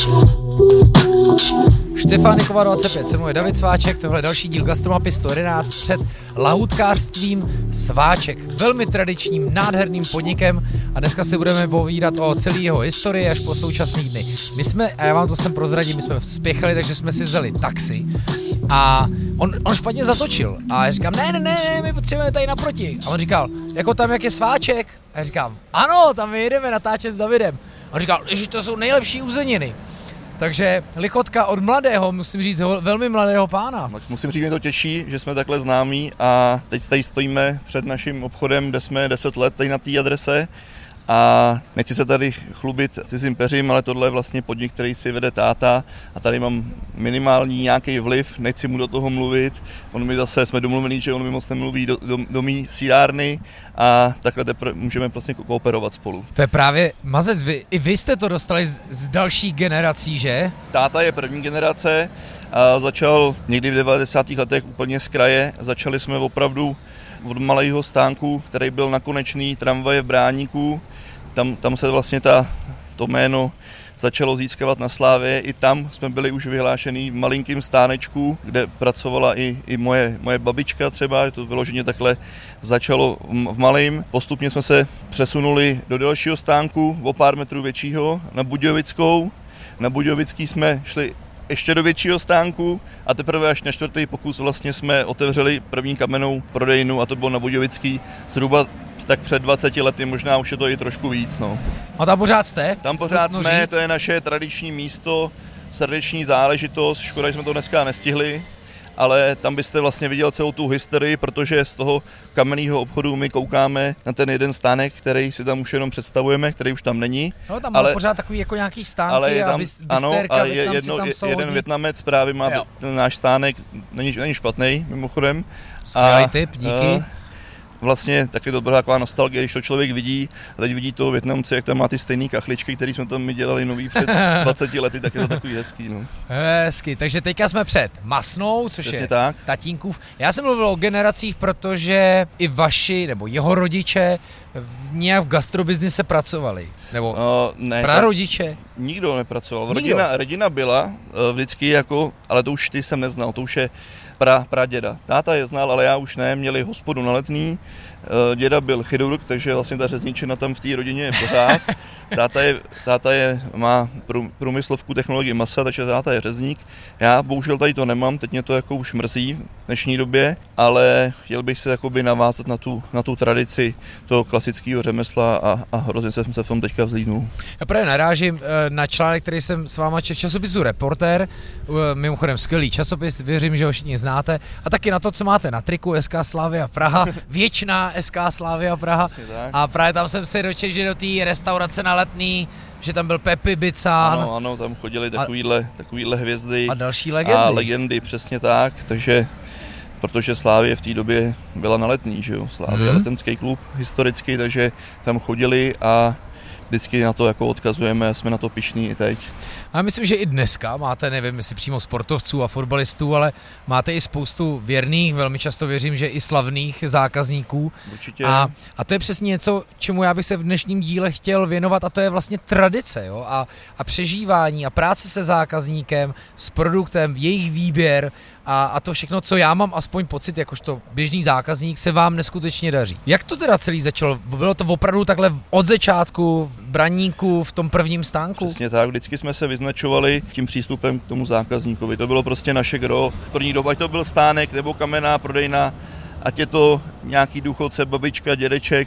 Štefánikova 25, se jmenuje David Sváček, tohle je další díl Gastromapy 111 před lahůdkářstvím Sváček, velmi tradičním, nádherným podnikem a dneska si budeme povídat o celé jeho historii až po současný dny. My jsme, a já vám to sem prozradím, my jsme spěchali, takže jsme si vzali taxi a on špatně zatočil a já říkám, ne, my potřebujeme tady naproti. A on říkal, jako tam jak je Sváček? A já říkám, ano, tam my jedeme natáčet s Davidem. A on říkal, že to jsou nejlepší uzeniny. Takže lichotka od mladého, musím říct, velmi mladého pána. Tak musím říct, mě to těší, že jsme takhle známí a teď tady stojíme před naším obchodem, kde jsme 10 let tady na té adrese a nechci se tady chlubit cizím peřím, ale tohle je vlastně podnik, který si vede táta a tady mám minimální nějaký vliv, nechci mu do toho mluvit. On mi zase, jsme domluvení, že on mi moc nemluví do mý sírárny a takhle můžeme vlastně kooperovat spolu. To je právě mazec, i vy jste to dostali z další generací, že? Táta je první generace a začal někdy v 90. letech úplně z kraje. Začali jsme opravdu od malého stánku, který byl na konečný tramvaje v Bráníku. Tam se vlastně to jméno začalo získávat na slávě. I tam jsme byli už vyhlášený v malinkém stánečku, kde pracovala i moje babička třeba, to vyloženě takhle začalo v malém. Postupně jsme se přesunuli do dalšího stánku, o pár metrů většího, na Budějovickou. Na Budějovický jsme šli ještě do většího stánku a teprve až na 4. pokus vlastně jsme otevřeli první kamennou prodejnu a to bylo na Budějovický zhruba tak před 20 lety, možná už je to i trošku víc. No. A tam pořád jste? Tam pořád jsme, to je naše tradiční místo, srdeční záležitost, škoda, že jsme to dneska nestihli, ale tam byste vlastně viděl celou tu historii, protože z toho kamenného obchodu my koukáme na ten jeden stánek, který si tam už jenom představujeme, který už tam není. No, tam ale pořád takový jako nějaký stánky ale je tam, a bistérka, ano, a jeden Vietnamec právě má ten náš stánek, není špatný mimochodem. Skvělý tip, díky. Vlastně taky to byla taková nostalgie, když to člověk vidí a teď vidí toho Vietnamce, jak tam má ty stejné kachličky, které jsme tam my dělali nový před 20 lety, tak je to takový hezký. No. Hezky, takže teďka jsme před Masnou, což přesně je tak. Tatínkův. Já jsem mluvil o generacích, protože i vaši nebo jeho rodiče nějak v gastrobiznise pracovali, nebo ne, prarodiče? Nikdo nepracoval. Rodina byla vždycky jako, ale to už ty jsem neznal, to už je praděda. Táta je znal, ale já už ne, měli hospodu na Letný, děda byl chirurg, takže vlastně ta řezničina tam v té rodině je pořád. Táta má průmyslovku technologie masa, takže táta je řezník. Já bohužel tady to nemám, teď mě to jako už mrzí v dnešní době, ale chtěl bych se jakoby navázat na tu tradici toho klasického řemesla a hrozně jsem se v tom teďka vzlídnul. Já právě narážím na článek, který jsem s váma četl v časopisu Reportér, mimochodem skvělý časopis, věřím, že ho všichni znáte, a taky na to, co máte na triku SK Slavia Praha, věčná SK Slavia Praha. A právě tam jsem se dočetl, že do té restaurace na Letný, že tam byl Pepi Bicán. Ano, tam chodili takovýhle hvězdy. A další legendy. A legendy, přesně tak, takže protože Slavie v té době byla na Letný, že jo, Slavie letenský klub historický, takže tam chodili a vždycky na to jako odkazujeme a jsme na to pyšní i teď. A myslím, že i dneska máte, nevím, jestli přímo sportovců a fotbalistů, ale máte i spoustu věrných, velmi často věřím, že i slavných zákazníků. Určitě. A to je přesně něco, čemu já bych se v dnešním díle chtěl věnovat, a to je vlastně tradice, jo? A přežívání a práce se zákazníkem, s produktem, jejich výběr a to všechno, co já mám aspoň pocit, jakožto běžný zákazník, se vám neskutečně daří. Jak to teda celý začalo? Bylo to opravdu takhle od začátku, Braníku, v tom prvním stánku? Přesně tak, vždycky jsme se vyznačovali tím přístupem k tomu zákazníkovi. To bylo prostě naše gro. První doba, ať to byl stánek nebo kamenná prodejna, ať je to nějaký důchodce, babička, dědeček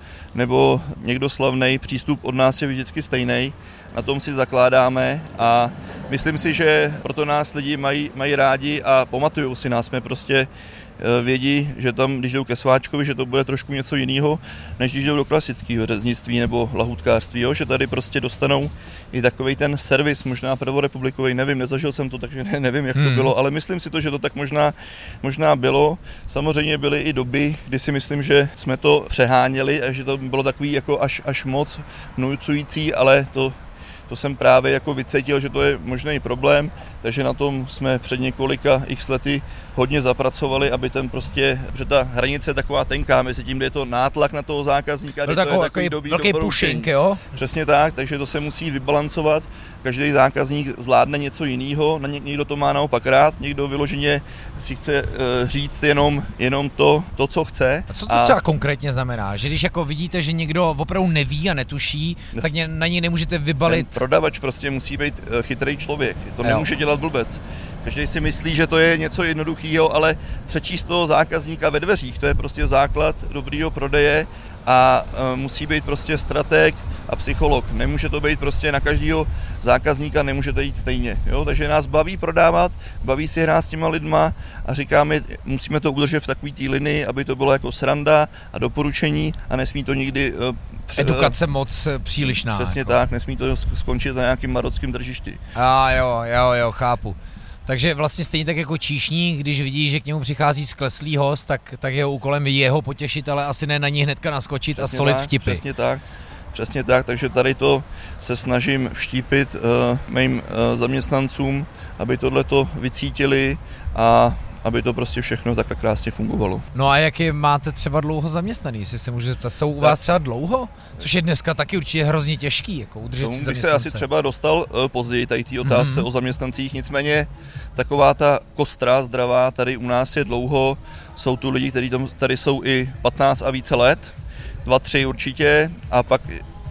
nebo někdo slavnej, přístup od nás je vždycky stejný. Na tom si zakládáme a myslím si, že proto nás lidi mají rádi a pamatujou si nás. Jsme prostě vědí, že tam, když jdou ke Sváčkovi, že to bude trošku něco jiného, než když jdou do klasického řeznictví nebo lahůdkářství, jo? Že tady prostě dostanou i takovej ten servis, možná prvorepublikový, nevím, nezažil jsem to, takže nevím, jak to bylo, ale myslím si to, že to tak možná bylo. Samozřejmě byly i doby, kdy si myslím, že jsme to přeháněli a že to bylo takový jako až moc vnucující, ale to To jsem právě jako vycítil, že to je možný problém, takže na tom jsme před několika x lety hodně zapracovali, aby ten prostě, že ta hranice je taková tenká mezi tím, kde je to nátlak na toho zákazníka, no takový velký pushing, jo? Přesně tak, takže to se musí vybalancovat. Každý zákazník zvládne něco jiného, někdo to má naopak rád, někdo vyloženě si chce říct jenom to, co chce. A co to třeba konkrétně znamená? Že když jako vidíte, že někdo opravdu neví a netuší, tak na něj nemůžete vybalit. Ten prodavač prostě musí být chytrý člověk, to nemůže dělat blbec. Každý si myslí, že to je něco jednoduchého, ale přečíst toho zákazníka ve dveřích, to je prostě základ dobrýho prodeje a musí být prostě stratég a psycholog. Nemůže to být prostě na každého zákazníka, nemůžete jít stejně. Jo? Takže nás baví prodávat, baví si hrát s těma lidma a říkáme, musíme to udržet v takové té linii, aby to bylo jako sranda a doporučení a nesmí to nikdy... Edukace moc přílišná. Přesně jako. Tak, nesmí to skončit na nějakým marockém tržišti. Jo, chápu. Takže vlastně stejně tak jako číšník, když vidí, že k němu přichází skleslý host, tak jeho úkolem je jeho potěšit, ale asi ne na ní hnedka naskočit přesně a solit tak, vtipy. Přesně tak, takže tady to se snažím vštípit mým zaměstnancům, aby tohleto vycítili a aby to prostě všechno tak krásně fungovalo. No a jak je máte třeba dlouho zaměstnaný, jestli se můžu zeptat, jsou u vás třeba dlouho? Což je dneska taky určitě hrozně těžký, jako udržet si zaměstnance. Bych se asi třeba dostal později tady té otázce o zaměstnancích, nicméně taková ta kostra zdravá tady u nás je dlouho, jsou tu lidi, kteří tady jsou i 15 a více let, 2-3 určitě a pak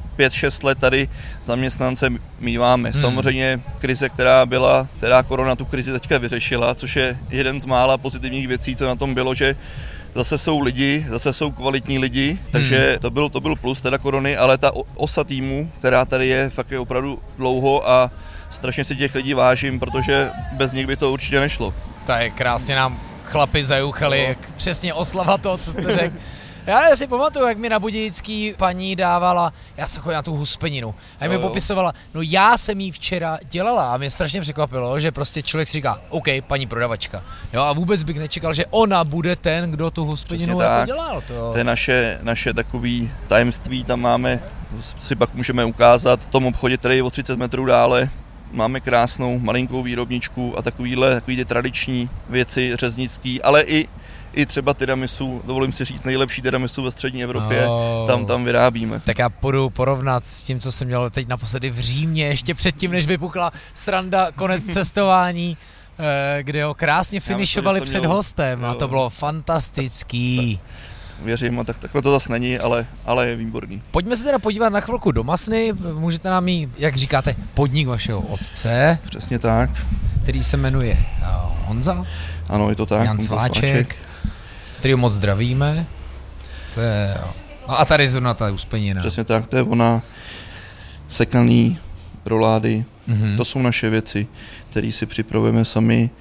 5-6 let tady zaměstnance míváme. Samozřejmě krize, která korona tu krizi teďka vyřešila, což je jeden z mála pozitivních věcí, co na tom bylo, že zase jsou lidi, zase jsou kvalitní lidi, takže to byl plus teda korony, ale ta osa týmu, která tady je, fakt je opravdu dlouho a strašně si těch lidí vážím, protože bez nich by to určitě nešlo. Tak krásně nám chlapi zajuchali, jak přesně oslava toho, co jste řekl. Já si pamatuju, jak mi na Budějický paní dávala, já jsem chodil na tu huspeninu a mi popisovala, no já jsem jí včera dělala a mě strašně překvapilo, že prostě člověk si říká, OK, paní prodavačka, jo, a vůbec bych nečekal, že ona bude ten, kdo tu huspeninu jako dělal. To je naše takový tajemství, tam máme, si pak můžeme ukázat, v tom obchodě, který je o 30 metrů dále, máme krásnou malinkou výrobničku a takový ty tradiční věci řeznický, ale i třeba tiramisu, dovolím si říct, nejlepší tiramisu ve střední Evropě, tam vyrábíme. Tak já půjdu porovnat s tím, co jsem měl teď naposledy v Římě, ještě předtím, než vypukla sranda, konec cestování, kde ho krásně finišovali před hostem a to bylo fantastický. Věřím, tak takhle to zase není, ale je výborný. Pojďme se teda podívat na chvilku do Masny, můžete nám jak říkáte, podnik vašeho otce. Přesně tak. Který se jmenuje Honza. Ano, je to tak. Jan Sváček, kterýho moc zdravíme. To je, a tady zrovna ta uspenina. Přesně tak, to je ona, sekaný, rolády, to jsou naše věci, které si připravujeme sami.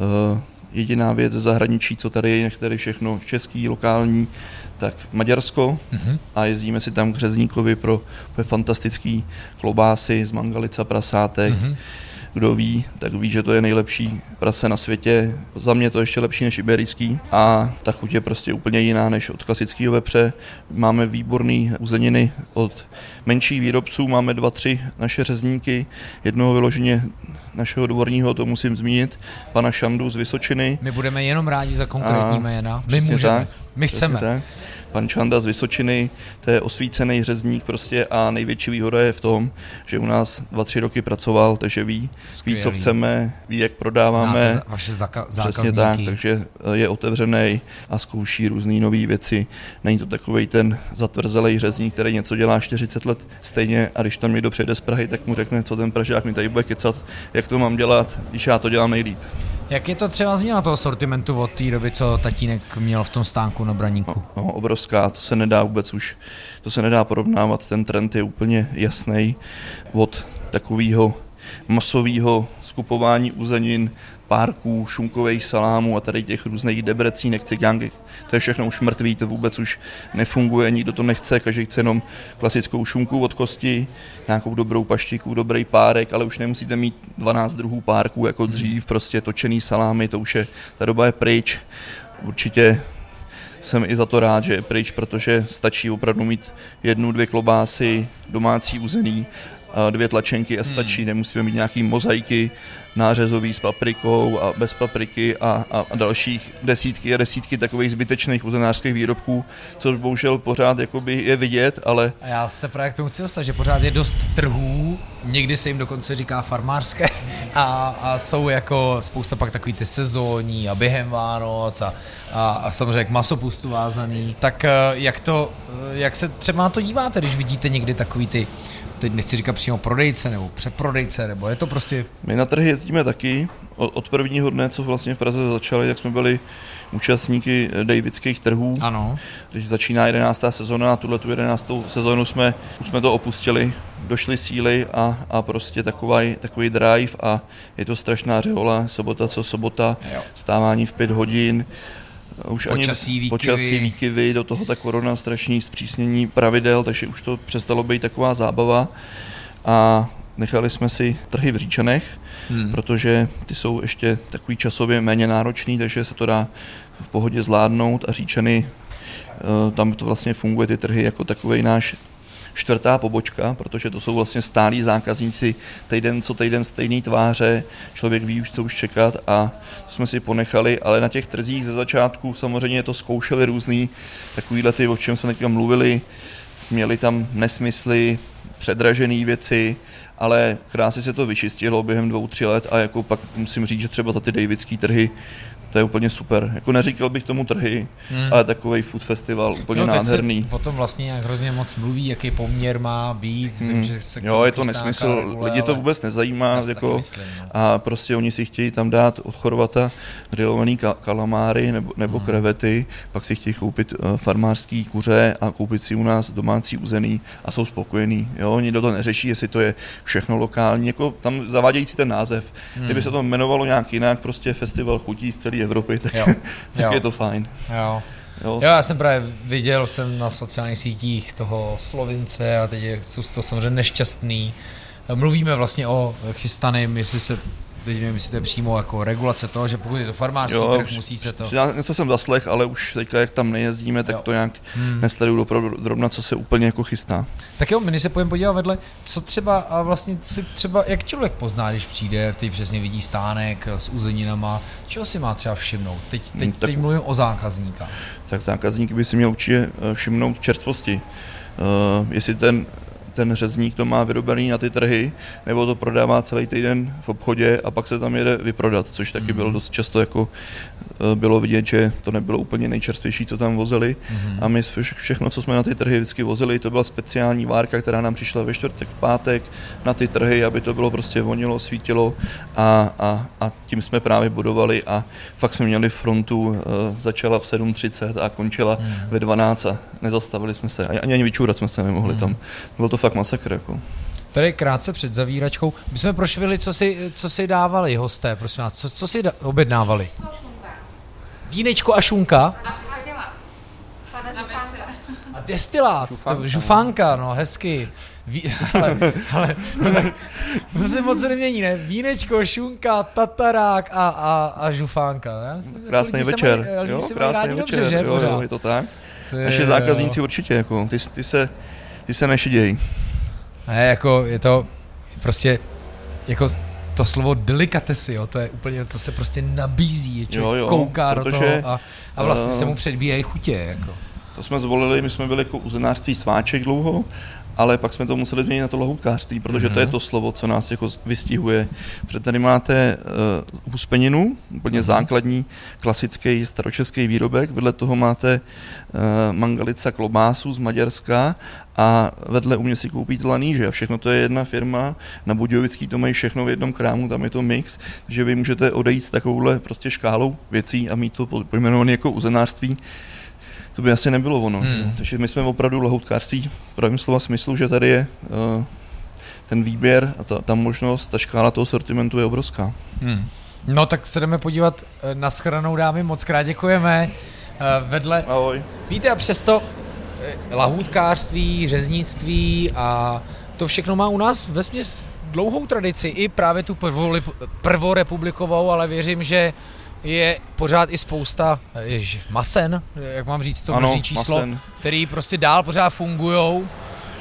Jediná věc ze zahraničí, co tady je, tady všechno český, lokální, tak Maďarsko a jezdíme si tam k řezníkovi pro fantastický klobásy z mangalica, prasátek. Kdo ví, tak ví, že to je nejlepší prase na světě. Za mě to ještě lepší než iberijský a ta chuť je prostě úplně jiná než od klasického vepře. Máme výborný uzeniny od menších výrobců, máme 2-3 naše řezníky, jednoho vyloženě našeho dvorního, to musím zmínit, pana Šandu z Vysočiny. My budeme jenom rádi za konkrétní jména. My můžeme, tak, my chceme. Tak. Pan Čanda z Vysočiny, to je osvícený řezník prostě a největší výhoda je v tom, že u nás 2-3 roky pracoval, takže ví, co chceme, ví, jak prodáváme. Znáte vaše zákazníky. Přesně tak, takže je otevřený a zkouší různé nové věci. Není to takovej ten zatvrzelej řezník, který něco dělá 40 let stejně a když tam někdo přijde z Prahy, tak mu řekne, co ten Pražák mi tady bude kecat, jak to mám dělat, když já to dělám nejlíp. Jak je to třeba změna toho sortimentu od té doby, co tatínek měl v tom stánku na Braníku? No, obrovská, to se nedá vůbec už, to se nedá porovnávat, ten trend je úplně jasný od takového masového skupování uzenin, párků, šunkových salámů a tady těch různých debrecínek, cigánek. To je všechno už mrtvý, to vůbec už nefunguje, nikdo to nechce, každý chce jenom klasickou šunku od kosti, nějakou dobrou paštiku, dobrý párek, ale už nemusíte mít 12 druhů párků jako dřív, prostě točený salámy, to už je, ta doba je pryč. Určitě jsem i za to rád, že je pryč, protože stačí opravdu mít 1-2 klobásy, domácí uzený 2 tlačenky a stačí, nemusíme mít nějaký mozaiky nářezový s paprikou a bez papriky a dalších desítky a desítky takových zbytečných uzenářských výrobků, což bohužel pořád jakoby je vidět, ale... A já se právě k tomu chci dostat, že pořád je dost trhů, někdy se jim dokonce říká farmářské a jsou jako spousta pak takový ty sezónní a během Vánoc a samozřejmě k masopustu vázaný. Tak jak se třeba na to díváte, když vidíte někdy takový ty, teď nechci říkat přímo prodejce nebo přeprodejce, nebo je to prostě... My na trhy jezdíme taky. Od prvního dne, co vlastně v Praze začali, tak jsme byli účastníky davidských trhů. Ano. Když začíná 11. sezona a tuhletu 11. sezonu už jsme to opustili. Došly síly a prostě takový drive a je to strašná řehola, sobota co sobota, stávání v 5 hodin. Už počasí výkyvy, do toho ta korona, strašný zpřísnění pravidel, takže už to přestalo být taková zábava a nechali jsme si trhy v Říčanech, protože ty jsou ještě takový časově méně náročný, takže se to dá v pohodě zvládnout a Říčany, tam to vlastně funguje ty trhy jako takovej náš 4. pobočka, protože to jsou vlastně stálí zákazníci, týden co týden stejný tváře, člověk ví už, co už čekat a to jsme si ponechali, ale na těch trzích ze začátku samozřejmě to zkoušeli různý takovýhle ty, o čem jsme teďka mluvili, měli tam nesmysly, předražené věci, ale krásně se to vyčistilo během 2-3 let a jako pak musím říct, že třeba za ty davidský trhy to je úplně super. Jako neříkal bych tomu trhy, ale takovej food festival, úplně nádherný. Teď se o tom vlastně nějak hrozně moc mluví, jaký poměr má být. Vím, že se je to nesmysl, lidi to vůbec nezajímá. Jako, a prostě oni si chtějí tam dát od Chorvata grilovaný kalamáry nebo krevety, pak si chtějí koupit farmářský kuře a koupit si u nás domácí uzený a jsou spokojení. Jo? Nikdo to neřeší, jestli to je všechno lokální. Jako tam zavádějící ten název. Kdyby se to jmenovalo nějak jinak, prostě festival chutí z celé Evropy, tak je to fajn. Jo, já jsem právě viděl na sociálních sítích toho Slovince a teď jsou to samozřejmě nešťastný. Mluvíme vlastně o chystaném, teď nevím, jestli to je přímo jako regulace toho, že pokud je to farmářský trh, musí se to... Něco jsem zaslech, ale už teďka, jak tam nejezdíme, tak to nějak nesleduju drobna, co se úplně jako chystá. Tak jo, my se pojďme podívat vedle, co třeba a vlastně si třeba, jak člověk pozná, když přijde, teď přesně vidí stánek s uzeninama, čeho si má třeba všimnout? Teď mluvím o zákazníka. Tak zákazník by si měl určitě všimnout čerstvosti. Jestli ten řezník to má vyrobený na ty trhy, nebo to prodává celý týden v obchodě a pak se tam jede vyprodat, což taky bylo dost často jako bylo vidět, že to nebylo úplně nejčerstvější, co tam vozili. A my všechno, co jsme na ty trhy vždycky vozili, to byla speciální várka, která nám přišla ve čtvrtek, v pátek na ty trhy, aby to bylo prostě vonilo, svítilo a tím jsme právě budovali a fakt jsme měli frontu, začala v 7:30 a končila ve 12 a nezastavili jsme se, ani vyčůrat jsme se nemohli tam. Bylo to fakt masakr. Jako. Tady krátce před zavíračkou, my jsme prošvili, co si dávali hosté, prosím vás, co si objednávali? Vínečko a šunka. A destilát, žufánka, no hezky. Ale to se moc nemění, ne? Vínečko, šunka, tatarák a žufánka. Krásný večer. Krásný večer, dobře, že? Jo, je to tak. Naši zákazníci určitě, jako, ty se nešidějí. Ne, jako je to prostě jako to slovo delikatesy, jo, to je úplně, to se prostě nabízí, člověk kouká do toho a vlastně se mu předbíjají chutě, jako. To jsme zvolili, my jsme byli jako uzenářství Sváček dlouho, ale pak jsme to museli změnit na to lahoutkářství, protože to je to slovo, co nás jako vystihuje. Protože tady máte huspeninu, úplně základní, klasický staročeský výrobek, vedle toho máte mangalica klobásu z Maďarska a vedle u mě si koupíte laníže a všechno to je jedna firma, na Budějovický to mají všechno v jednom krámu, tam je to mix, takže vy můžete odejít s takovouhle prostě škálou věcí a mít to pojmenované jako uzenářství. To by asi nebylo ono. Takže my jsme opravdu lahoutkářství v pravém slova smyslu, že tady je ten výběr a ta možnost, ta škála toho sortimentu je obrovská. No tak se jdeme podívat na shranou, dámy, moc krát děkujeme. Vedle, ahoj. Víte, a přesto lahoutkářství, řeznictví a to všechno má u nás vesměs dlouhou tradici, i právě tu prvorepublikovou, ale věřím, že je pořád i spousta masen, jak mám říct to množné číslo, masen, který prostě dál pořád fungujou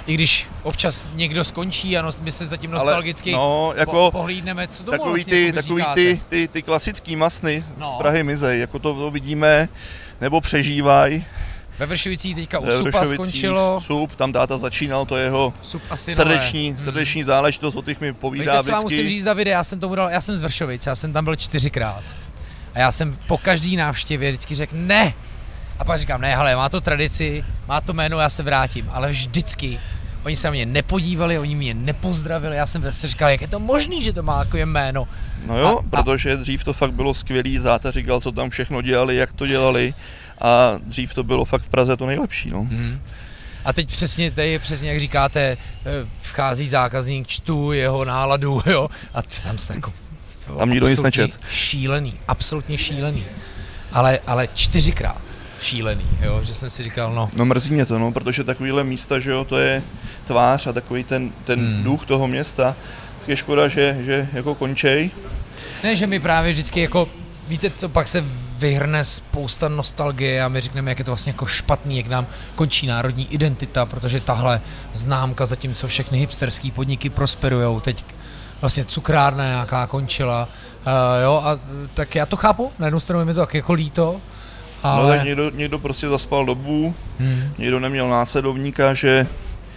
I když občas někdo skončí a my se zatím nostalgicky pohlídneme, co tomu ty klasický masny z Prahy mizej, jako to vidíme, nebo přežívají. Ve Vršovicích teďka u Supa skončilo. Sup, tam táta začínal, to jeho srdeční záležitost, o těch mi povídá vždycky. Teď musím říct, Davide, já jsem z Vršovic, já jsem tam byl 4krát. A já jsem po každý návštěvě vždycky řekl ne. A pak říkám, ne, hele, má to tradici, má to jméno, já se vrátím. Ale vždycky, oni se na mě nepodívali, oni mě nepozdravili, já jsem zase říkal, jak je to možný, že to má takové jméno. No jo, protože dřív to fakt bylo skvělý, táta říkal, co tam všechno dělali, jak to dělali. A dřív to bylo fakt v Praze to nejlepší, no. A teď přesně, jak říkáte, vchází zákazník, čtu jeho náladu, jo, a tam se jako... Tam nikdo nic nečet. Šílený, absolutně šílený. Ale 4krát šílený, jo, že jsem si říkal, no. No mrzí mě to, no, protože takovýhle místa, že jo, to je tvář a takový ten duch toho města, tak je škoda, že jako končej. Ne, že mi právě vždycky jako, víte co, pak se vyhrne spousta nostalgie a my řekneme, jak je to vlastně jako špatný, jak nám končí národní identita, protože tahle známka, zatímco všechny hipsterský podniky prosperujou, teď vlastně cukrárna nějaká končila, jo, a tak já to chápu, na jednu stranu je mi to tak jako líto, ale... No tak někdo prostě zaspal dobu, někdo neměl následovníka, že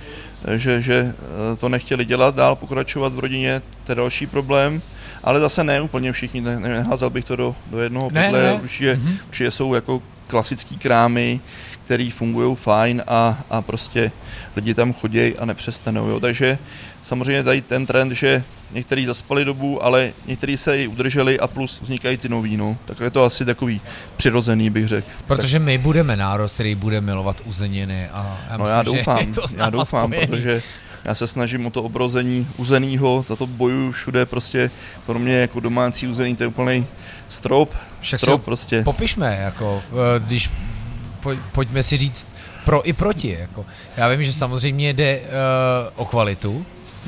to nechtěli dělat, dál pokračovat v rodině, to je další problém. Ale zase ne úplně všichni, neházel bych to do jednoho pytle, určitě jsou jako klasický krámy, který fungují fajn a prostě lidi tam chodějí a nepřestanou. Jo. Takže samozřejmě tady ten trend, že některý zaspali dobu, ale některý se i udrželi a plus vznikají ty nový. No. Tak je to asi takový přirozený, bych řekl. Protože my budeme národ, který bude milovat uzeniny a já myslím, já doufám, protože já se snažím o to obrození uzenýho, za to bojuju všude, prostě pro mě jako domácí uzení to je úplný strop prostě. Popišme, jako, když pojďme si říct pro i proti, jako. Já vím, že samozřejmě jde o kvalitu.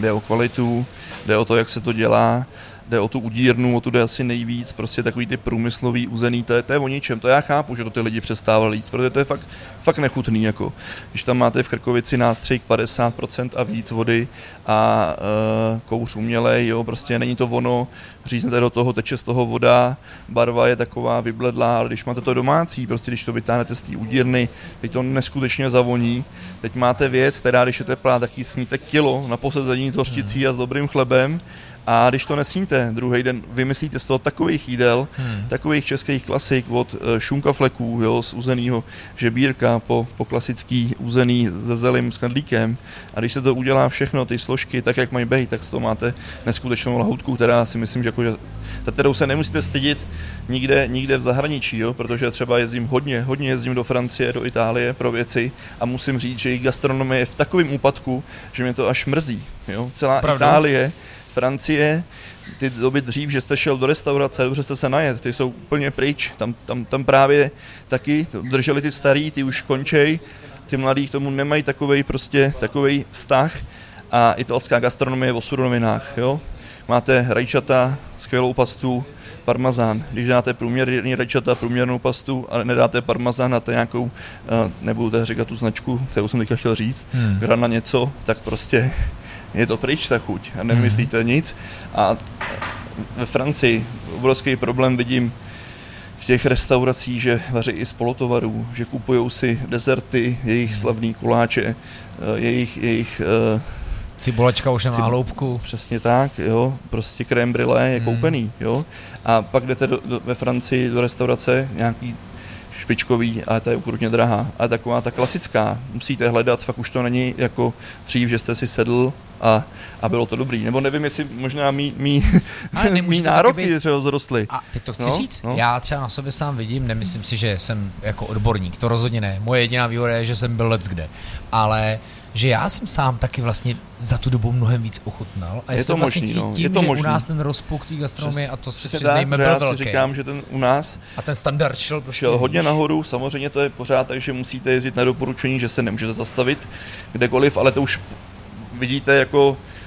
Jde o to, jak se to dělá, jde o tu udírnu, o tu jde asi nejvíc, prostě takový ty průmyslový uzený, to je o ničem, to já chápu, že to ty lidi přestávali jít, protože to je fakt nechutný, jako. Když tam máte v Krkovici nástřik 50% a víc vody a kouř umělej, jo, prostě není to ono, říznete do toho, teče z toho voda, barva je taková vybledlá, ale když máte to domácí, prostě když to vytáhnete z té udírny, teď to neskutečně zavoní, teď máte věc, která když je teplá, tak ji sníte kilo na posezení s hořčicí a s dobrým chlebem. A když to nesníte, druhý den vymyslíte z toho takových jídel, takových českých klasik od šunkafleků, jo, z uzenýho žebírka po klasický uzený se zelím s knedlíkem. A když se to udělá všechno, ty složky, tak jak mají být, tak z toho máte neskutečnou lahůdku, která si myslím, že jako, kterou se nemusíte stydit nikde v zahraničí, jo, protože třeba jezdím hodně jezdím do Francie, do Itálie pro věci a musím říct, že jejich gastronomie je v takovém úpadku, že mě to až mrzí. Jo. Celá Itálie, Francie, ty doby dřív, že jste šel do restaurace, dobře jste se najet, ty jsou úplně pryč, tam právě taky drželi ty starý, ty už končej, ty mladí k tomu nemají takovej vztah a italská gastronomie je o surovinách, jo. Máte rajčata, skvělou pastu, parmazán. Když dáte průměrný rajčata, průměrnou pastu a nedáte parmazán, dáte nějakou, nebudu říkat tu značku, kterou jsem teďka chtěl říct, Grana něco, tak prostě je to pryč ta chuť a nemyslíte nic. A ve Francii obrovský problém vidím v těch restauracích, že vaří i z polotovarů, že kupujou si dezerty, jejich slavný koláče, jejich cibulačka už nemá hloubku. Přesně tak, jo, prostě crème brûlée je koupený, jo. A pak jdete ve Francii do restaurace nějaký špičkový, ale to je ukrutně drahá. Ale taková ta klasická, musíte hledat, fakt už to není jako dřív, že jste si sedl a bylo to dobrý. Nebo nevím, jestli možná mý nároky třeba zrostly. A teď to chci říct, já třeba na sobě sám vidím, nemyslím si, že jsem jako odborník, to rozhodně ne. Moje jediná výhoda je, že jsem byl leckde. Ale že já jsem sám taky vlastně za tu dobu mnohem víc ochutnal. A je to vlastně tím, že u nás ten rozpuk té gastronomie, a to si přiznejme, byl velký. Já si říkám, že ten u nás a ten standard šel hodně nahoru, samozřejmě to je pořád, takže musíte jezdit na doporučení, že se nemůžete zastavit kdekoliv, ale to už vidíte jako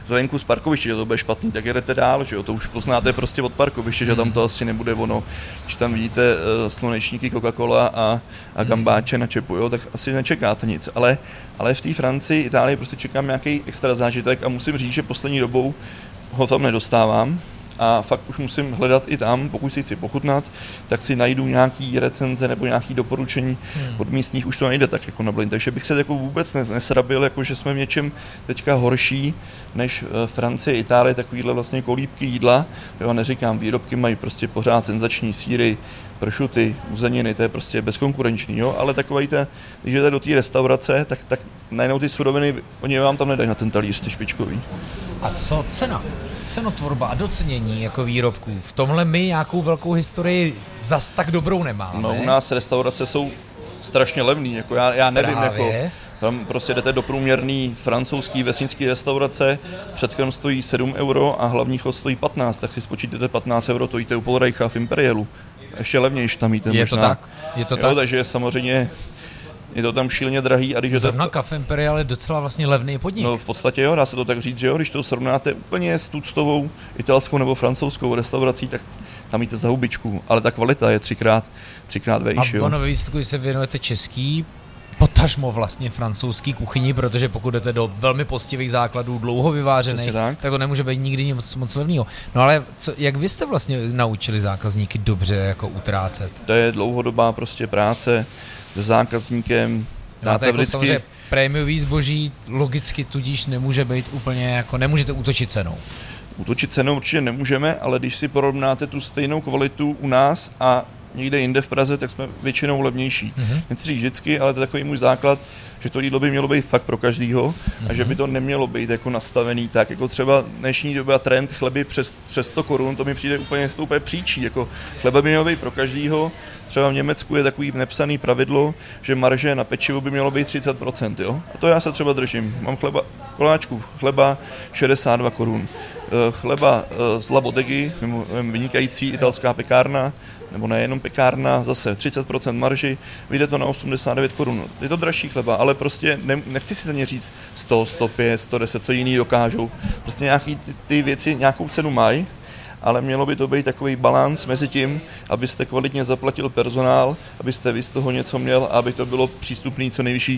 zvenku z parkoviště, že to bude špatný, tak jedete dál, že jo, to už poznáte prostě od parkoviště, že tam to asi nebude ono. Když tam vidíte slunečníky Coca-Cola a gambáče na čepu, jo, tak asi nečekáte nic, ale v té Francii, Itálii prostě čekám nějaký extra zážitek a musím říct, že poslední dobou ho tam nedostávám. A fakt už musím hledat i tam, pokud si chci pochutnat, tak si najdu nějaký recenze nebo nějaký doporučení od místních, už to nejde tak jako na Blind, takže bych se jako vůbec nesrabil, jako že jsme v něčem teďka horší než Francie, Itálie, takovýhle vlastně kolíbky jídla, jo, neříkám, výrobky mají prostě pořád senzační sýry, pršuty, uzeniny, to je prostě bezkonkurenční, jo, ale takovej když jdete do té restaurace, tak najednou ty suroviny, oni vám tam nedají na ten talíř, ty špičkový. A co cena? Cenotvorba a docenění jako výrobků. V tomhle my nějakou velkou historii zas tak dobrou nemáme. No, u nás restaurace jsou strašně levný, jako já nevím, právě. Jako tam prostě jdete do průměrný francouzský vesnický restaurace, předkrm stojí 7 euro a hlavní chod stojí 15, tak si spočítáte 15 euro, to jíte u Polrejcha v Imperialu. Ještě levnější tam jíte možná. Je to tak? Takže samozřejmě je to tam šíleně drahý. A když zrovna Café Imperial je docela vlastně levný podnik. No v podstatě jo, dá se to tak říct, že jo, když to srovnáte úplně s tuctovou italskou nebo francouzskou restaurací, tak tam jíte za hubičku, ale ta kvalita je třikrát vejší. A ono ve výsledku se věnujete český, potažmo vlastně francouzský kuchyni, protože pokud jdete do velmi poctivých základů, dlouho vyvážených, tak to nemůže být nikdy moc levného. No ale jak vy jste vlastně naučili zákazníky dobře jako utrácet? To je dlouhodobá prostě práce se zákazníkem. Máte jako samozřejmě prémiový zboží, logicky tudíž nemůže být úplně jako, nemůžete útočit cenou. Útočit cenou určitě nemůžeme, ale když si porovnáte tu stejnou kvalitu u nás a někde jinde v Praze, tak jsme většinou levnější. Nechci říct vždycky, ale to je takový můj základ, že to jídlo by mělo být fakt pro každýho a že by to nemělo být jako nastavený tak, jako třeba dnešní doba trend chleby přes 100 korun, to mi přijde úplně příčí, jako chleba by mělo být pro každýho. Třeba v Německu je takový nepsaný pravidlo, že marže na pečivo by mělo být 30%, jo? A to já se třeba držím. Mám koláčků chleba 62 korun. Chleba z La Bodegy, vynikající italská pekárna, nebo nejenom pekárna, zase 30% marži, vyjde to na 89 korun. Je to dražší chleba, ale prostě nechci si za ně říct 100, 105, 110, co jiný dokážou. Prostě nějaký ty věci nějakou cenu mají, ale mělo by to být takový balanc mezi tím, abyste kvalitně zaplatil personál, abyste vy z toho něco měl a aby to bylo přístupné co nejvyšší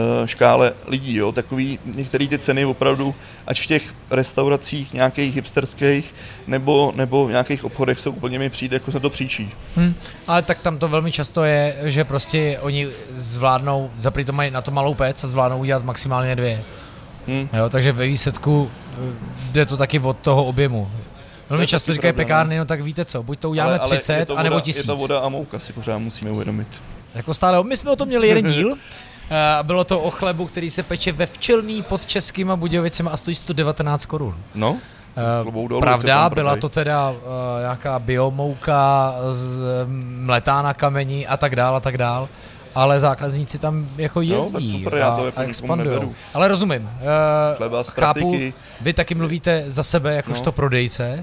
škále lidí. Jo? Takový některé ty ceny opravdu, ať v těch restauracích nějakých hipsterských nebo v nějakých obchodech jsou úplně mi přijde, jako se to příčí. Ale tak tam to velmi často je, že prostě oni zvládnou, zaprý to mají na to malou pec a zvládnou udělat maximálně 2. Jo, takže ve výsledku jde to taky od toho objemu. Velmi často říkají pekárny, no tak víte co, buď to uděláme 30, anebo 1000. Je to voda a mouka, si pořád musíme uvědomit. Jako stále, my jsme o tom měli jeden díl, bylo to o chlebu, který se peče ve Včelný pod Českýma Budějovicemi a stojí 119 korun. No, pravda, byla to teda nějaká biomouka, mletá na kameni a tak dál. Ale zákazníci tam jako jezdí a expandují. Ale rozumím, chápu, vy taky mluvíte za sebe jakožto prodejce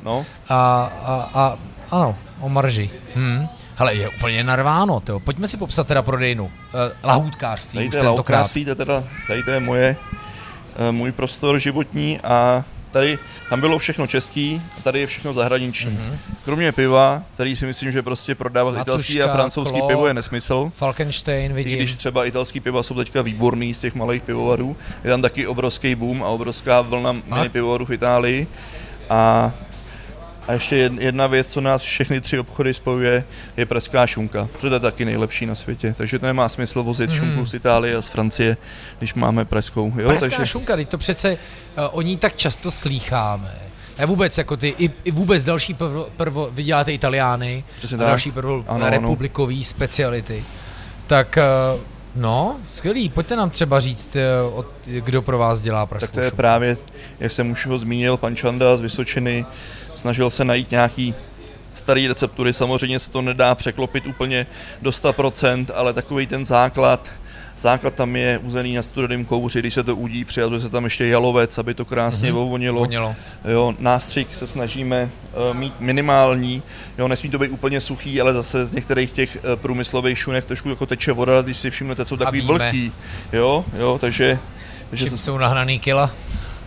a ano, o marži. Hele, je úplně narváno, tyjo. Pojďme si popsat teda prodejnu, lahůdkářství už tentokrát. Tady to je můj prostor životní a tam bylo všechno český a tady je všechno zahraniční. Kromě piva, který si myslím, že prostě prodávat Matuška, italský a francouzský pivo je nesmysl. Falkenstein vidím. I když třeba italský piva jsou teďka výborný z těch malých pivovarů, je tam taky obrovský boom a obrovská vlna mini pivovarů v Itálii. A ještě jedna věc, co nás všechny 3 obchody spojuje, je pražská šunka, protože to je taky nejlepší na světě. Takže to nemá smysl vozit šunku z Itálie a z Francie, když máme pražskou. Jo, pražská šunka, teď to přece o ní tak často slýcháme. A vůbec jako i vůbec další prvo vyděláte Italiány a další republikový speciality. Tak no, skvělý, pojďte nám třeba říct, kdo pro vás dělá pražskou šunku. Tak to je právě, jak jsem už ho zmínil, pan Čanda z Vysočiny, snažil se najít nějaký starý receptury, samozřejmě se to nedá překlopit úplně do 100%, ale takový ten základ tam je uzený na studeném kouři, když se to udí, přijaduje se tam ještě jalovec, aby to krásně vonilo. Jo, nástřik se snažíme mít minimální, jo, nesmí to být úplně suchý, ale zase z některých těch průmyslových šunek trošku jako teče voda, když si všimnete, jsou takový vlhký. Jo, takže čím jsou nahraný kila?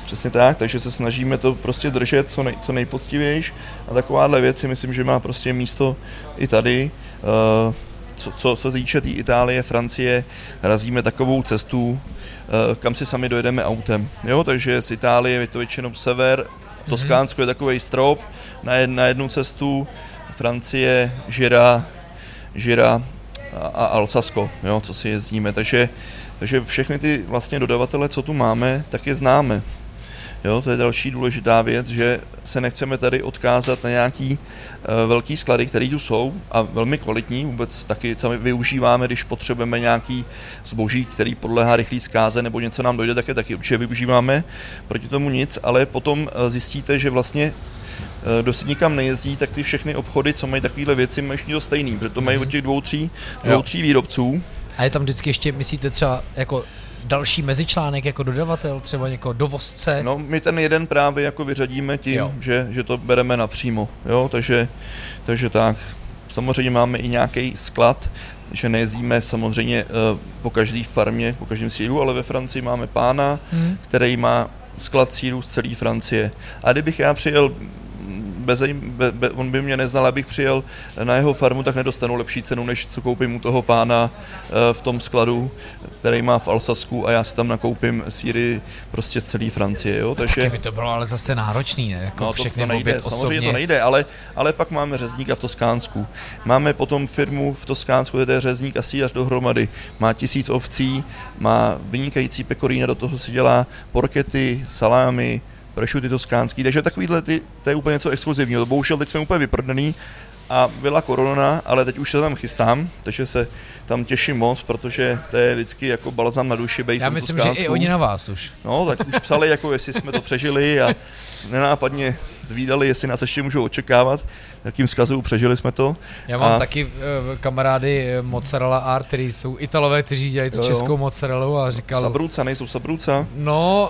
Přesně tak, takže se snažíme to prostě držet co nejpoctivější a takováhle věci myslím, že má prostě místo i tady. Co se týče té Itálie, Francie, razíme takovou cestu, kam si sami dojedeme autem. Jo, takže z Itálie je to většinou sever, Toskánsko je takovej strop na jednu cestu, Francie, Žira a Alsasko, jo, co si jezdíme. Takže všechny ty vlastně dodavatele, co tu máme, tak je známe. Jo, to je další důležitá věc, že se nechceme tady odkázat na nějaký velký sklady, které tu jsou a velmi kvalitní, vůbec taky sami využíváme, když potřebujeme nějaký zboží, který podléhá rychlý zkáze nebo něco nám dojde, taky určitě využíváme, proti tomu nic, ale potom zjistíte, že vlastně kdo si nikam nejezdí, tak ty všechny obchody, co mají takovéhle věci, mají všichni to stejný, protože to mají od těch dvou, tří výrobců. A je tam vždycky ještě, myslíte třeba jako další mezičlánek jako dodavatel, třeba jako dovozce? No, my ten jeden právě jako vyřadíme tím, že to bereme napřímo, jo, takže tak. Samozřejmě máme i nějaký sklad, že nejezdíme samozřejmě po každé farmě, po každém sídlu, ale ve Francii máme pána, který má sklad sýrů z celé Francie. A kdybych já přijel on by mě neznal, abych přijel na jeho farmu, tak nedostanu lepší cenu, než co koupím u toho pána v tom skladu, který má v Alsasku a já si tam nakoupím sýry prostě z celé Francie. Jo? Takže taky by to bylo ale zase náročný, ne? Jako všechny to nejde, samozřejmě to nejde, ale pak máme řezníka v Toskánsku. Máme potom firmu v Toskánsku, kde je řezník a síjař dohromady. Má 1000 ovcí, má vynikající pekorína, do toho si dělá porkety, salámy, pršuty toskánský, takže takovýhle to je úplně něco exkluzivního. Bohužel teď jsme úplně vyprodaný a byla korona, ale teď už se tam chystám, takže se tam těším moc, protože to je vždycky jako balzam na duši bejt. Já myslím, že i oni na vás už. No, tak už psali, jako jestli jsme to přežili a nenápadně zvídali, jestli nás ještě můžou očekávat. Jakým zkazu přežili jsme to. Já mám taky kamarády Mozzarella Art, kteří jsou Italové, kteří dělají tu českou mozzarellu a říkal... Sabruca, nejsou Sabruca? No,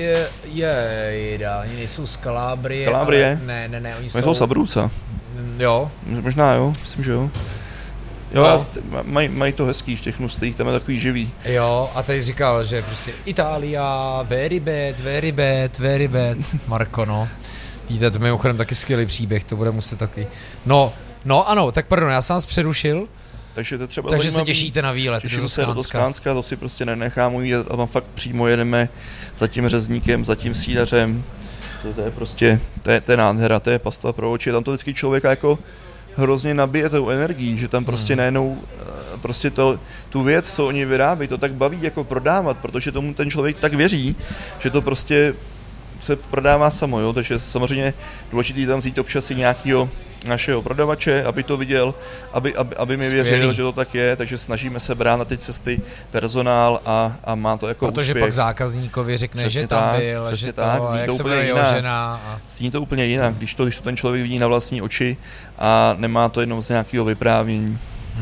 oni nejsou z Kalábrie. Z Kalábrie? Ne, oni jsou Sabruca. Jo. Možná jo, myslím, že jo. Jo, mají to hezký v těch hnustých, tam je takový živý. Jo, a teď říkal, že prostě Itália, very bad, Marko, no. Víte, to je mimochodem taky skvělý příběh, to bude muset taky. No ano, tak pardon, já jsem vás přerušil. Takže to třeba Takže se těšíte na výlet do Toskánska, to si prostě nenechám ujít a tam fakt přímo jedeme za tím řezníkem, za tím sídařem. To je prostě, to je nádhera, to je pasta pro oči, tam to vždycky člověka jako hrozně nabije tou energií, že tam prostě najednou prostě tu věc, co oni vyrábí, to tak baví jako prodávat, protože tomu ten člověk tak věří, že to prostě se prodává samo, jo? Takže samozřejmě důležitý tam vzít občas i nějakého našeho prodavače, aby to viděl, aby mi věřil, že to tak je, takže snažíme se brát na ty cesty personál a má to jako protože úspěch. Pak zákazníkovi řekne, přesně že tam byl, že tak, to, jak se jmenuje jeho žena. Zní to úplně jinak, když to ten člověk vidí na vlastní oči a nemá to jenom z nějakého vyprávění.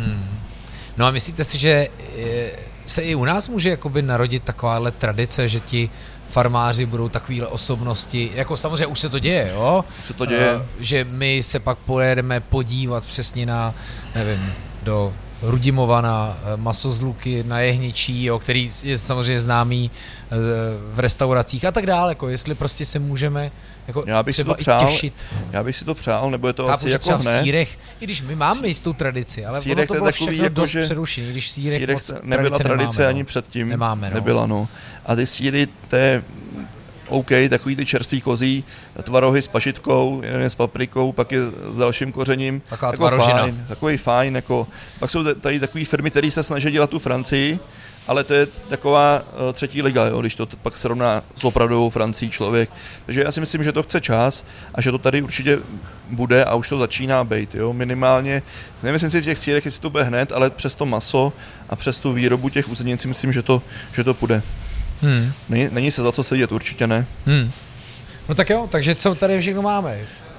No a myslíte si, že se i u nás může jakoby narodit takováhle tradice, že ti farmáři budou takovýhle osobnosti, jako samozřejmě už se to děje, jo? Už se to děje. Že my se pak pojedeme podívat přesně na, nevím, do Rudimova na maso z Luky, na jehničí, jo, který je samozřejmě známý v restauracích a tak dále, jako jestli prostě se můžeme jako třeba i těšit. Já bych si to přál, nebo je to asi jako v sírech, i když my máme jistou tradici, ale ono to bylo všechno jako dost přerušený, když v sírech moc nebyla tradice ani předtím. Nebyla, no. A ty sýry, to je OK, takový ty čerstvý kozí, tvarohy s pašitkou, jeden je s paprikou, pak je s dalším kořením. Takový fajn, jako. Pak jsou tady takové firmy, které se snaží dělat tu Francii, ale to je taková třetí liga, jo, když to pak srovná s opravdovou Francií člověk. Takže já si myslím, že to chce čas a že to tady určitě bude a už to začíná být, jo, minimálně. Nemyslím si v těch sýrech, jestli to bude hned, ale přes to maso a přes tu výrobu těch uzenin si myslím, že to půjde. Není se za co sedět, určitě ne. No tak jo, takže co tady všechno máme?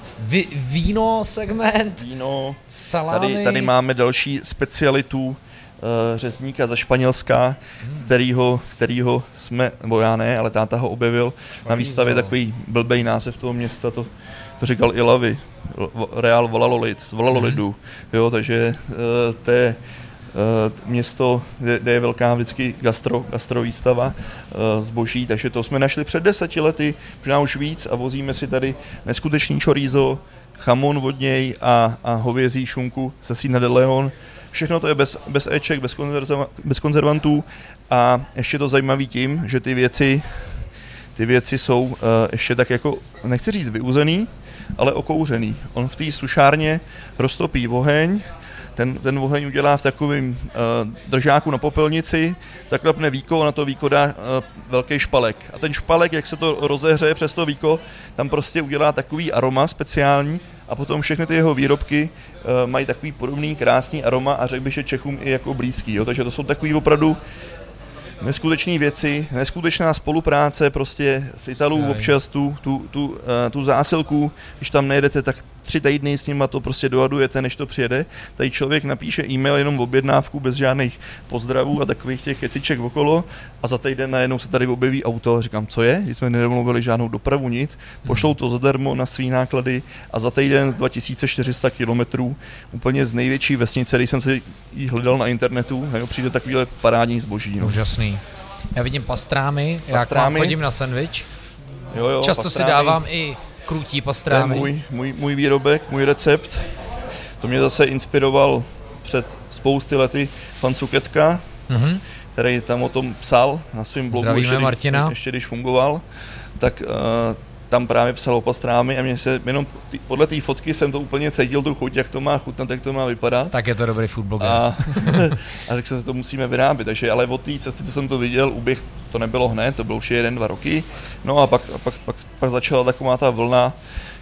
Víno segment, víno, salámy. Tady máme další specialitu řezníka ze Španělska, kterýho jsme, nebo já ne, ale táta ho objevil na výstavě, takový blbej název toho města, to říkal i Lavy, Real Valladolid, z Valladolidu, jo, takže to je město, kde je velká vždycky gastrovýstava zboží, takže to jsme našli před 10 lety, možná už víc a vozíme si tady neskutečný chorizo, chamon od něj a hovězí šunku se Sina de Leon. Všechno to je bez éček, bez konzervantů a ještě to zajímavý tím, že ty věci jsou ještě tak jako, nechci říct vyuzený, ale okouřený. On v té sušárně roztopí oheň, ten oheň udělá v takovém držáku na popelnici, zaklapne víko a na to víko dá velký špalek. A ten špalek, jak se to rozehřeje přes to víko, tam prostě udělá takový aroma speciální a potom všechny ty jeho výrobky mají takový podobný krásný aroma a řekl bych, že Čechům i jako blízký. Jo? Takže to jsou takový opravdu neskutečné věci, neskutečná spolupráce prostě s Italů občas tu zásilku, když tam nejedete, tak 3 týdny s nima to prostě doladujete, než to přijede. Tady člověk napíše e-mail jenom v objednávku bez žádných pozdravů a takových těch keciček okolo a za týden najednou se tady objeví auto a říkám, co je? Když jsme nedomluvili žádnou dopravu, nic, pošlou to zadarmo na svý náklady a za týden 2400 kilometrů úplně z největší vesnice, když jsem si ji hledal na internetu, přijde takovýhle parádní zboží. No. Úžasný. Já vidím pastrámy, jak vám chodím na sendvič. Jo, často pastrámy. Si dávám i krutí pastrámy. To je můj výrobek, můj recept. To mě zase inspiroval před spousty lety pan Cuketka, který tam o tom psal na svém blogu, ještě když fungoval, tak tam právě psal o pastrámy a mě se jenom podle té fotky jsem to úplně cítil tu chuť, jak to má chutnat, jak to má vypadat. Tak je to dobrý food blogger. A řekl jsem, že to musíme vyrábět, takže ale od té cesty, co jsem to viděl, uběh to nebylo hned, to bylo už 1-2 roky, no a pak začala taková ta vlna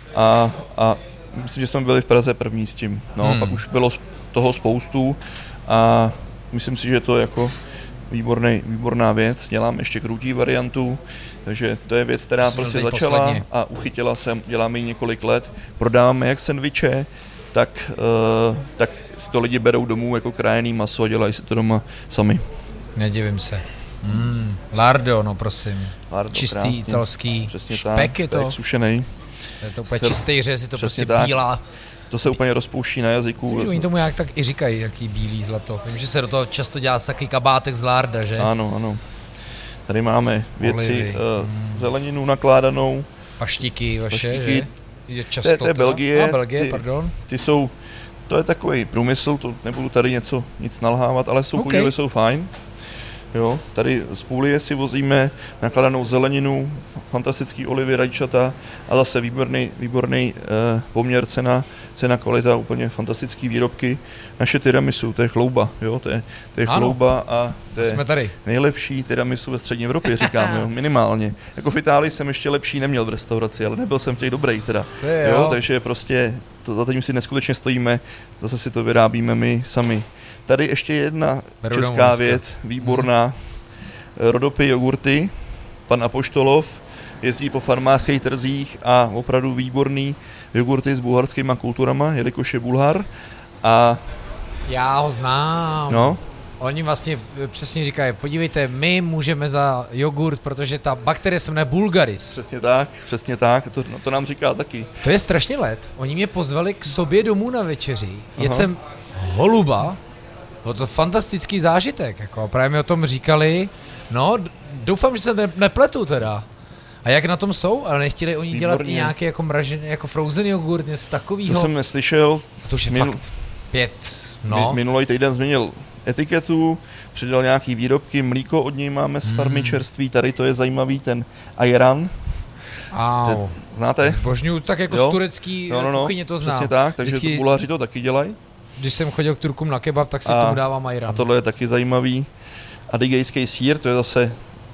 a myslím, že jsme byli v Praze první s tím, no pak už bylo toho spoustu a myslím si, že to je jako výborná věc, dělám ještě krutí variantu, takže to je věc, která prostě začala posledně. A uchytila jsem, děláme ji několik let, prodáváme jak sendviče, tak si to lidi berou domů jako krájený maso a dělají si to doma sami. Nedivím se. Lardo, no prosím. Lardo, čistý krásný. Italský přesně špek tak, je to? Sušenej. Je to úplně čistý řez, je to prostě bílá. To se úplně rozpouští na jazyku. Myslím, že oni tomu jak tak i říkají, jaký bílý zlato. Vím, že se do toho často dělá taky kabátek z lárda, že? Ano. Tady máme věci, zeleninu nakládanou. Paštiky vaše, že? Je často to je Belgie. Belgie, pardon. To je takový průmysl, to nebudu tady nic nalhávat, ale podíly jsou fajn. Jo, tady z Půlie si vozíme nakladanou zeleninu, fantastický olivy, rajčata a zase výborný poměr cena kvalita, úplně fantastický výrobky. Naše tiramisu, to je chlouba, jo, to je chlouba a to je nejlepší tiramisu ve střední Evropě, říkám, jo, minimálně. Jako v Itálii jsem ještě lepší neměl v restauraci, ale nebyl jsem v těch dobrých teda. Jo, takže prostě za tím si neskutečně stojíme, zase si to vyrábíme my sami. Tady ještě jedna česká věc, výborná, Rodopy jogurty, pan Apoštolov jezdí po farmářských trzích a opravdu výborný jogurty s bulharskýma kulturama, jelikož je Bulhar. A já ho znám. No. Oni vlastně přesně říkají, podívejte, my můžeme za jogurt, protože ta bakterie se jmenuje Bulgaris. Přesně tak, to nám říká taky. To je strašně let. Oni mě pozvali k sobě domů na večeři. Jedl jsem holuba. Bylo to fantastický zážitek, jako právě mi o tom říkali, no doufám, že se nepletu teda. A jak na tom jsou? Ale nechtěli oni dělat i nějaký jako mražený, jako frozen jogurt, něco takového. To jsem neslyšel. To už je fakt 5, no. Minulý týden změnil etiketu, přidal nějaký výrobky, mlíko od něj máme z farmy čerství, tady to je zajímavý, ten Ayran. Znáte? Zbožňuju tak jako z turecký kuchyně to znám. Přesně tak, takže vždycky, Bulhaři to taky dělají. Když jsem chodil k Turkům na kebab, tak si tomu dávám Ayran. A tohle je taky zajímavý. Adigejský sýr, to je zase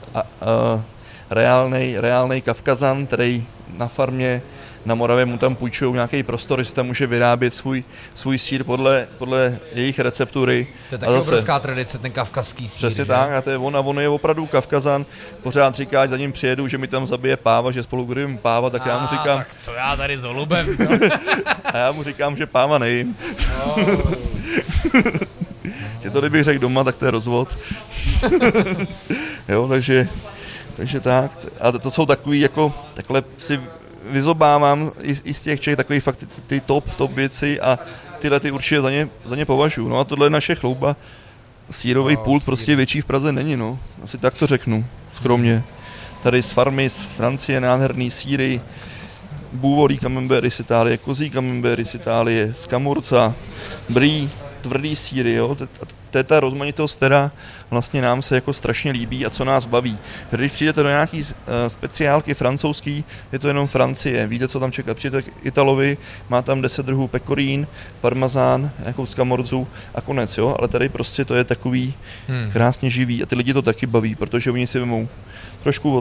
reálnej Kavkazan, který na farmě na Moravě mu tam půjčují nějaký prostorista, může vyrábět svůj sýr podle jejich receptury. To je taky obrovská tradice, ten kavkazský sýr. Přesně tak, a to je on je opravdu Kavkazan. Pořád říká, ať za ním přijedu, že mi tam zabije páva, že spolu budeme páva, tak já mu říkám... Tak co já tady s holubem? A já mu říkám, že páva nejím. Že to kdybych řekl doma, tak to je rozvod. Jo, takže tak. A to jsou takový, jako takhle si vyzobávám i z těch Čech takový fakt ty top věci a tyhle ty určitě za ně považuji. No a tohle je naše chlouba sýrový pult prostě větší v Praze není, no. Asi tak to řeknu, skromně. Tady z farmy, z Francie, nádherný sýry, bůvolí camembert z Itálie, kozí camembert z Itálie, z Camurca, brie, tvrdý sýry, jo. To je ta rozmanitost, která vlastně nám se jako strašně líbí a co nás baví. Když přijdete do nějaký speciálky francouzský, je to jenom Francie, víte, co tam čeká. Přijdete k Italovi, má tam 10 druhů pekorín, parmazán, nějakou z Camorzu a konec, jo. Ale tady prostě to je takový krásně živý a ty lidi to taky baví, protože oni si vemou trošku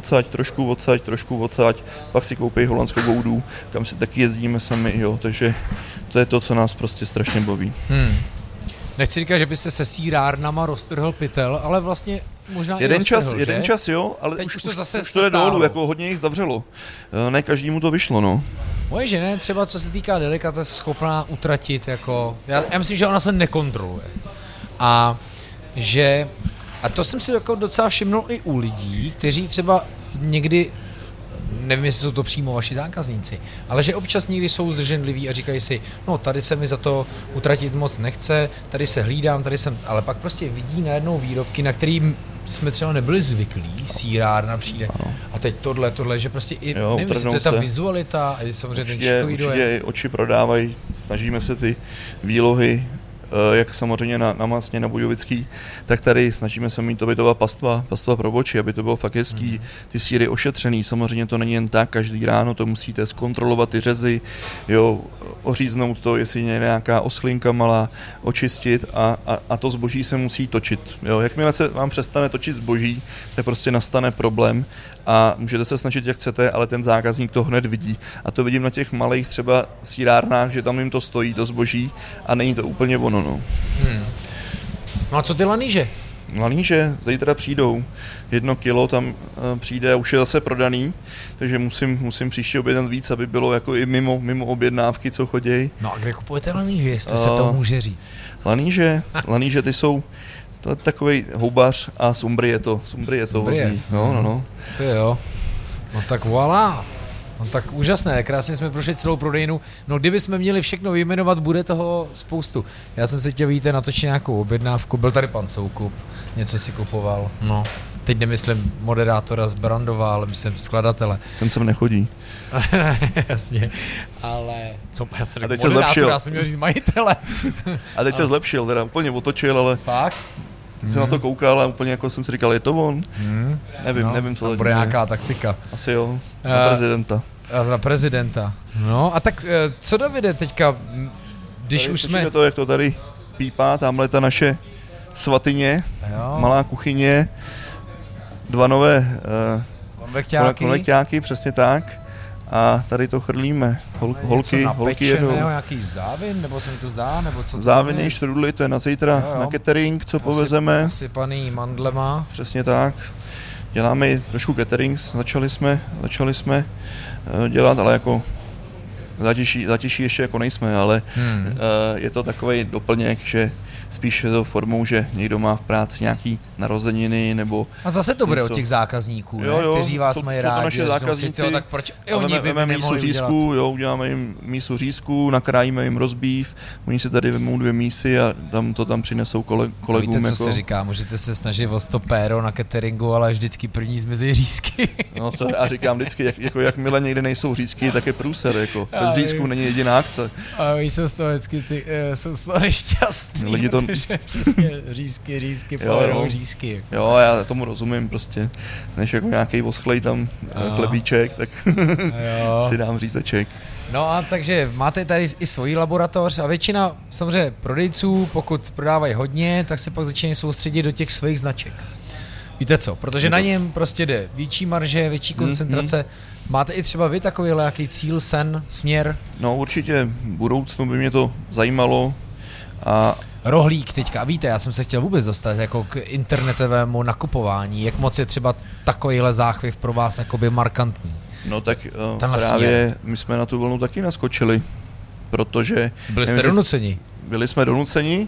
odsaď, pak si koupí holandskou goudu, kam si taky jezdíme sami, jo. Takže to je to, co nás prostě strašně baví. Nechci říkat, že byste se sýrárnama roztrhl pytel, ale vlastně možná jeden čas, jo, ale už to je dolů, jako hodně jich zavřelo. Ne každému to vyšlo, no. Moje žena třeba, co se týká delikates, schopná utratit, jako, já myslím, že ona se nekontroluje. A to jsem si jako docela všimnul i u lidí, kteří třeba někdy, nevím, jestli jsou to přímo vaši zákazníci, ale že občas někdy jsou zdrženliví a říkají si, no tady se mi za to utratit moc nechce, tady se hlídám, ale pak prostě vidí najednou výrobky, na který jsme třeba nebyli zvyklí, sýrárna přijde a teď tohle, že prostě i, nevím, jestli to je ta vizualita a samozřejmě ten čikový dojem. Určitě oči prodávají, snažíme se ty výlohy, jak samozřejmě na Masně, na Budějovický, tak tady snažíme se mít to bytová pastva pro oči, aby to bylo fakt hezký, ty sýry ošetřený, samozřejmě to není jen tak, každý ráno to musíte zkontrolovat ty řezy, jo, oříznout to, jestli je nějaká oslinka malá, očistit a to zboží se musí točit, jo, jakmile se vám přestane točit zboží, tak prostě nastane problém a můžete se snažit, jak chcete, ale ten zákazník to hned vidí a to vidím na těch malých třeba sýrárnách, že tam jim to stojí, to zboží a není to úplně ono, no. No a co ty lanýže? Lanýže zítra přijdou, 1 kilo tam přijde a už je zase prodaný, takže musím příště objednat víc, aby bylo jako i mimo objednávky, co chodějí. No a kde kupujete lanýže, jestli se to může říct? Lanýže ty jsou takovej houbař a z Umbrie to vozí. No. To jo. No tak voilà. No tak úžasné, krásně jsme prošli celou prodejnu. No kdyby jsme měli všechno vyjmenovat, bude toho spoustu. Já jsem si chtěl, víte, natočit nějakou objednávku, byl tady pan Soukup, něco si kupoval, no. Teď nemyslím moderátora z Brandova, ale myslím skladatele. Ten sem nechodí. Jasně, ale co, já jsem řekl moderátor, já jsem měl říct majitele. A teď se zlepšil, teda úplně otočil, ale... Fakt? Teď jsem na to koukal a úplně jako jsem si říkal, je to on? Nevím, co to bude nějaká taktika. Asi jo, na prezidenta. Na prezidenta. No a tak co, Davide, teďka, když tady už jsme... to, jak to tady pípá, tamhle ta naše svatyně, malá kuchyně, 2 nové konvekťáky, přesně tak. A tady to chrlíme. Holky jedou. Nějaký závin, nebo se mi to zdá, nebo co? Záviny, štrudly, to je na zítra na catering, co povezeme. Posypaný mandlema. Přesně tak. Děláme trošku catering, začali jsme dělat, ale jako zatěžší ještě jako nejsme, ale je to takovej doplněk, že spíš je to formou, že někdo má v práci nějaký narozeniny nebo... A zase to bude od těch zákazníků, ne? Kteří vás mají rádi. Tak proč oni by nemohli řízku, uděláme jim mísu řízku, nakrájíme jim rozbív, oni si tady vemou 2 mísy a tam přinesou kolegům. Víte, co se říká, můžete se snažit o 100 péro na cateringu, ale vždycky první zmizí řízky. No to já říkám vždycky, jakmile někde nejsou řízky, tak je průser, jako. Bez řízků není jediná akce. A oni jsou z toho vždycky jsou z toho nešťastný. Lidi to... Protože přesně řízky, pojedou řízky. Jo, já tomu rozumím prostě. Než jako nějaký oschlej tam chlebíček, tak si dám řízeček. No a takže máte tady i svoji laboratoř a většina samozřejmě prodejců, pokud prodávají hodně, tak se pak začínají soustředit do těch svých značek. Víte co, protože na něm prostě jde větší marže, větší koncentrace. Máte i třeba vy takovýhle nějaký cíl, sen, směr? No určitě v budoucnu by mě to zajímalo. A rohlík teďka, víte, já jsem se chtěl vůbec dostat jako k internetovému nakupování, jak moc je třeba takovýhle záchvěv pro vás jakoby markantní? No tak právě my jsme na tu vlnu taky naskočili, protože... Byli jste donuceni? Byli jsme donuceni,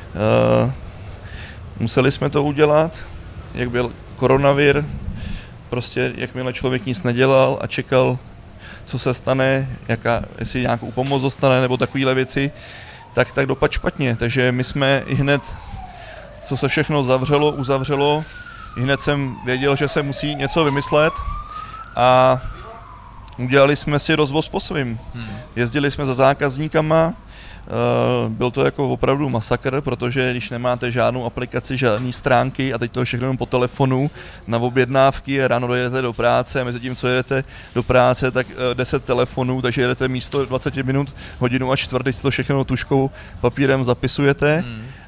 museli jsme to udělat, jak byl koronavir, prostě jakmile člověk nic nedělal a čekal, co se stane, jestli nějakou pomoc dostane nebo takovéhle věci, tak dopad špatně, takže my jsme i hned co se všechno uzavřelo, hned jsem věděl, že se musí něco vymyslet a udělali jsme si rozvoz po svým. Jezdili jsme za zákazníkama, byl to jako opravdu masakr, protože když nemáte žádnou aplikaci, žádné stránky a teď to všechno jenom po telefonu na objednávky, ráno dojedete do práce a mezi tím, co jedete do práce, tak 10 telefonů, takže jedete místo 20 minut, hodinu a čtvrt, to všechno tužkou papírem zapisujete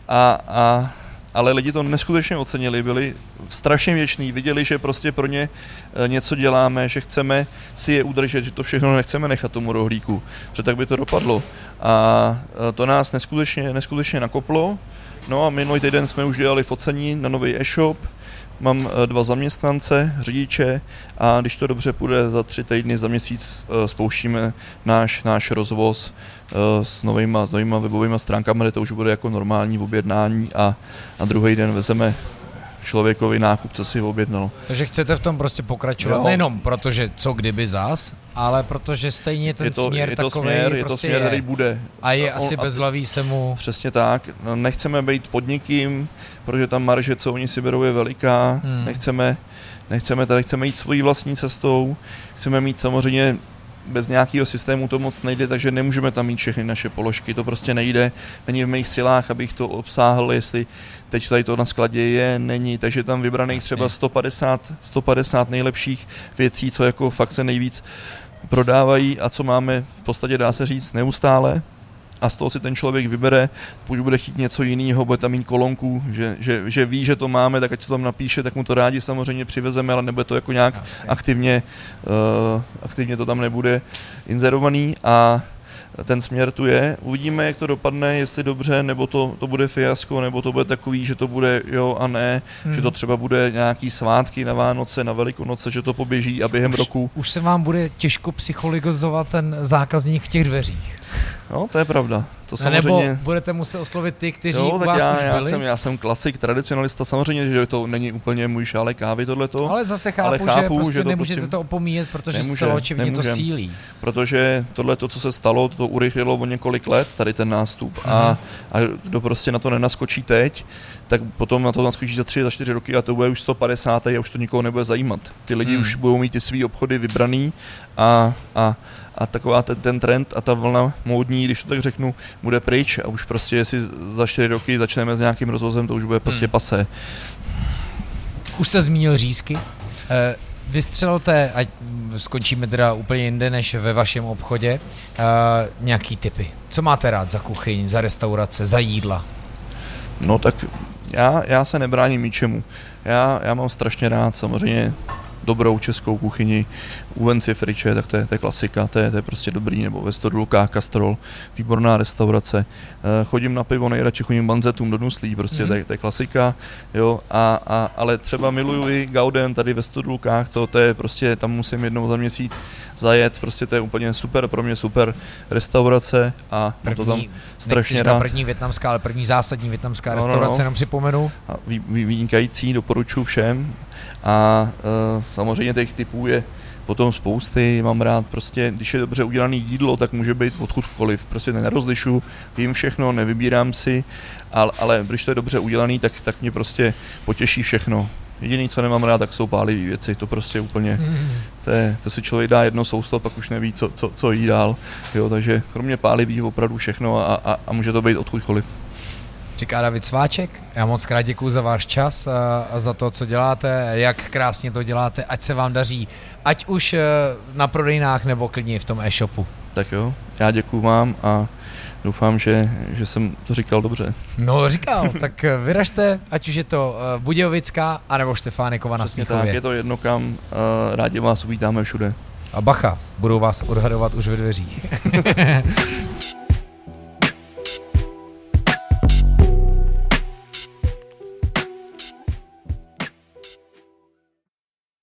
ale lidi to neskutečně ocenili, byli strašně vděční, viděli, že prostě pro ně něco děláme, že chceme si je udržet, že to všechno nechceme nechat tomu rohlíku, že tak by to dopadlo. A to nás neskutečně nakoplo. No a minulý týden jsme už dělali focení na nový e-shop, mám 2 zaměstnance, řidiče a když to dobře půjde, za 3 týdny, za měsíc spouštíme náš rozvoz s novýma webovými stránkami, kde to už bude jako normální objednání a druhý den vezeme člověkovi nákup, co si objednal. Takže chcete v tom prostě pokračovat, nejenom protože co kdyby zas, ale protože stejně ten směr takovej je to směr, který bude. A je asi bezhlavý se mu... Přesně tak. No, nechceme být podnikým, protože ta marže, co oni si berou, je veliká. Nechceme jít svojí vlastní cestou. Chceme mít samozřejmě bez nějakého systému to moc nejde, takže nemůžeme tam mít všechny naše položky, to prostě nejde, není v mých silách, abych to obsáhl, jestli teď tady to na skladě je, není, takže tam vybraných třeba 150 nejlepších věcí, co jako fakt se nejvíc prodávají a co máme v podstatě, dá se říct, neustále. A z toho si ten člověk vybere, pokud bude chtít něco jiného, bude tam mít kolonku, že ví, že to máme, tak ať se tam napíše, tak mu to rádi samozřejmě přivezeme, ale nebude to jako nějak aktivně to tam nebude inzerovaný a ten směr tu je. Uvidíme, jak to dopadne, jestli dobře, nebo to bude fiasko, nebo to bude takový, že to bude jo a ne, že to třeba bude nějaký svátky na Vánoce, na Velikonoce, že to poběží a během roku. Už se vám bude těžko psychologizovat ten zákazník v těch dveřích. No, to je pravda. To samozřejmě... Nebo budete muset oslovit ty, kteří u vás už byli? Já jsem klasik, tradicionalista, samozřejmě, že to není úplně můj šálek kávy tohleto. Ale zase chápu, že prostě nemůžete to opomíjet, protože zcela očividně to sílí. Protože tohleto, co se stalo, to urychlilo o několik let, tady ten nástup. A kdo prostě na to nenaskočí teď, tak potom na to naskočí za 3, za 4 roky a to bude už 150. a už to nikoho nebude zajímat. Ty lidi už budou mít ty svý obchody vybraný a taková ten trend a ta vlna módní, když to tak řeknu, bude pryč a už prostě jestli za 4 roky začneme s nějakým rozvozem, to už bude prostě pasé. Už jste zmínil řízky. Vystřelte, ať skončíme teda úplně jinde než ve vašem obchodě, nějaký tipy. Co máte rád za kuchyň, za restaurace, za jídla? No tak já se nebráním ničemu. Já mám strašně rád samozřejmě dobrou českou kuchyni, u Venci Friče, tak to je klasika, to je prostě dobrý, nebo ve Stodulkách Kastrol, výborná restaurace. Chodím na pivo, nejradši chodím Banzetům do Nuslí, prostě to je klasika, jo, ale třeba miluju i Gauden tady ve Stodulkách, to je prostě, tam musím jednou za měsíc zajet, prostě to je úplně super, pro mě super restaurace a první, to tam strašně rád. První vietnamská, ale první zásadní vietnamská restaurace, jenom připomenu. A vynikající, doporučuji všem a samozřejmě těch typů je potom spousty, mám rád prostě, když je dobře udělané jídlo, tak může být odchudkoliv, prostě nerozlišu, vím všechno, nevybírám si, ale když to je dobře udělané, tak mě prostě potěší všechno. Jediný, co nemám rád, tak jsou pálivé věci, to prostě úplně, to si člověk dá jedno sousto, pak už neví, co jí dál, jo, takže kromě pálivých opravdu všechno a může to být odchudkoliv. Říká David Sváček, já moc krát děkuju za váš čas a za to, co děláte, jak krásně to děláte, ať se vám daří, ať už na prodejnách nebo klidně v tom e-shopu. Tak jo, já děkuju vám a doufám, že jsem to říkal dobře. No říkal, tak vyražte, ať už je to Budějovická, anebo Štefánikova na Smíchově. Tak, je to jedno kam, rádi vás uvítáme všude. A bacha, budou vás odhadovat už ve dveřích.